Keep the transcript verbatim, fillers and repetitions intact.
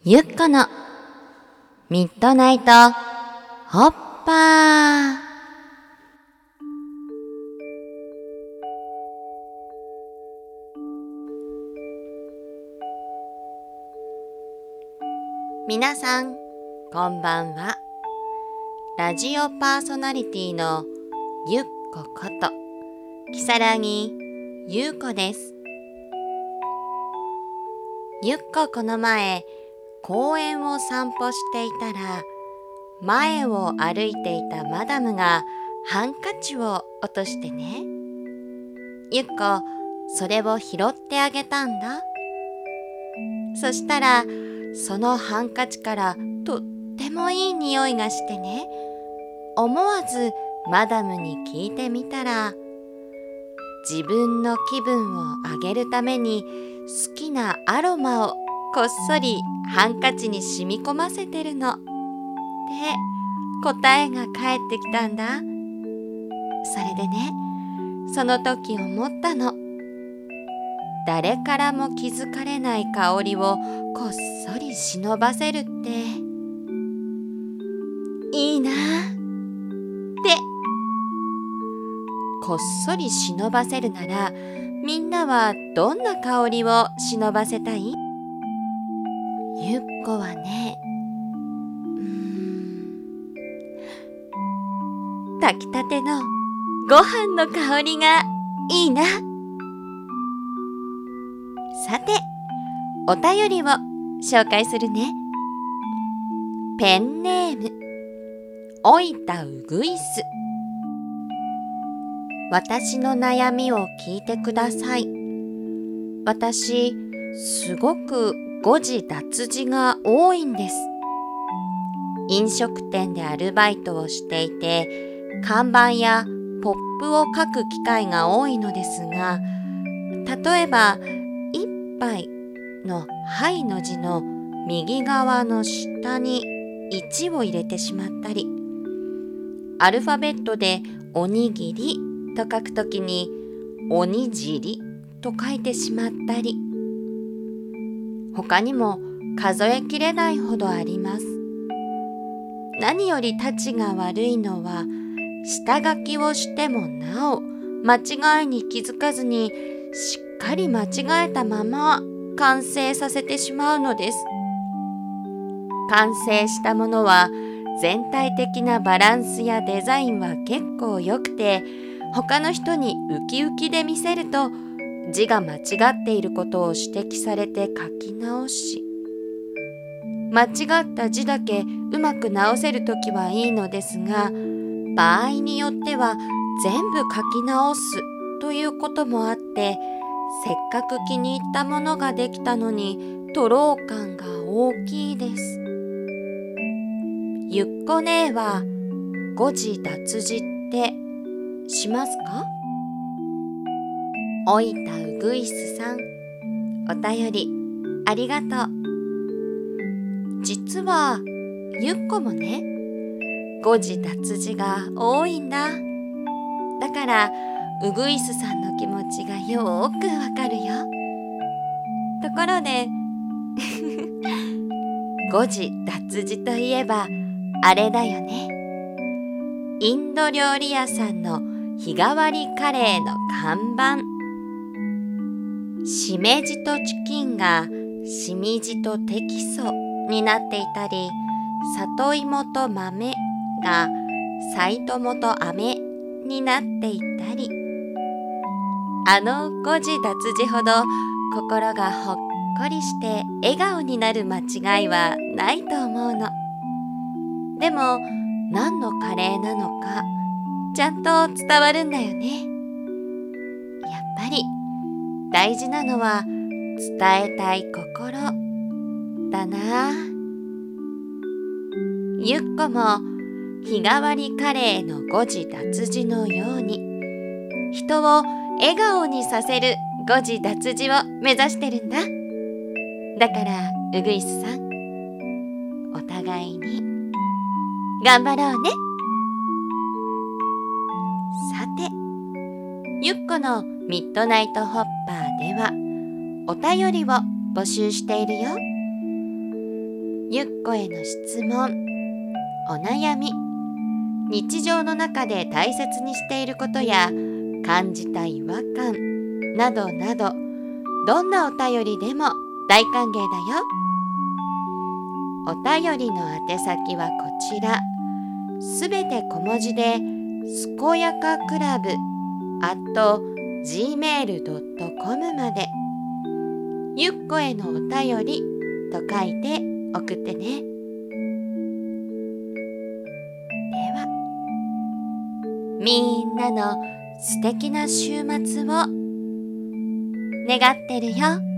ゆっこのミッドナイトホッパー。皆さんこんばんは。ラジオパーソナリティのゆっここときさらぎゆうこです。ゆっここの前公園を散歩していたら、前を歩いていたマダムがハンカチを落としてね。ゆっこそれを拾ってあげたんだ。そしたらそのハンカチからとってもいい匂いがしてね、思わずマダムに聞いてみたら、自分の気分を上げるために好きなアロマをこっそりハンカチに染み込ませてるのって答えが返ってきたんだ。それでね、その時思ったの。誰からも気づかれない香りをこっそり忍ばせるっていいなってこっそり忍ばせるなら、みんなはどんな香りを忍ばせたい？ゆっこはね、うーん、炊きたてのご飯の香りがいいな。さて、お便りを紹介するね。ペンネーム、おいたうぐいす。私の悩みを聞いてください。私、すごく誤字脱字が多いんです。飲食店でアルバイトをしていて、看板やポップを書く機会が多いのですが、例えば、一杯のはいの字の右側の下にいちを入れてしまったり、アルファベットでおにぎりと書くときにおにじりと書いてしまったり、他にも数えきれないほどあります。何よりたちが悪いのは、下書きをしてもなお間違いに気づかずにしっかり間違えたまま完成させてしまうのです。完成したものは全体的なバランスやデザインは結構良くて、他の人にウキウキで見せると字が間違っていることを指摘されて書き直し、間違った字だけうまく直せるときはいいのですが、場合によっては全部書き直すということもあって、せっかく気に入ったものができたのに徒労感が大きいです。ゆっこ姉は誤字脱字ってしますか？おいたうぐいすさん、お便りありがとう。実はゆっこもね、誤字脱字が多いんだ。だからうぐいすさんの気持ちがよーくわかるよ。ところで誤字脱字といえばあれだよね。インド料理屋さんの日替わりカレーの看板。しめじとチキンがしみじとテキソになっていたり、里芋と豆がさいともと飴になっていたり、あの誤字脱字ほど心がほっこりして笑顔になる間違いはないと思うの。でも何のカレーなのかちゃんと伝わるんだよね。やっぱり大事なのは伝えたい心だな。ゆっこも日替わりカレーの誤字脱字のように、人を笑顔にさせる誤字脱字を目指してるんだ。だからうぐいすさん、お互いに頑張ろうね。さて、ゆっこのミッドナイトホッパーではお便りを募集しているよ。 ゆっこへの質問、お悩み、日常の中で大切にしていることや感じた違和感などなど、どんなお便りでも大歓迎だよ。お便りの宛先はこちら。すべて小文字で、すこやかクラブ アットジーメールドットコム まで。ゆっこへのお便りと書いて送ってね。では、みんなの素敵な週末を願ってるよ。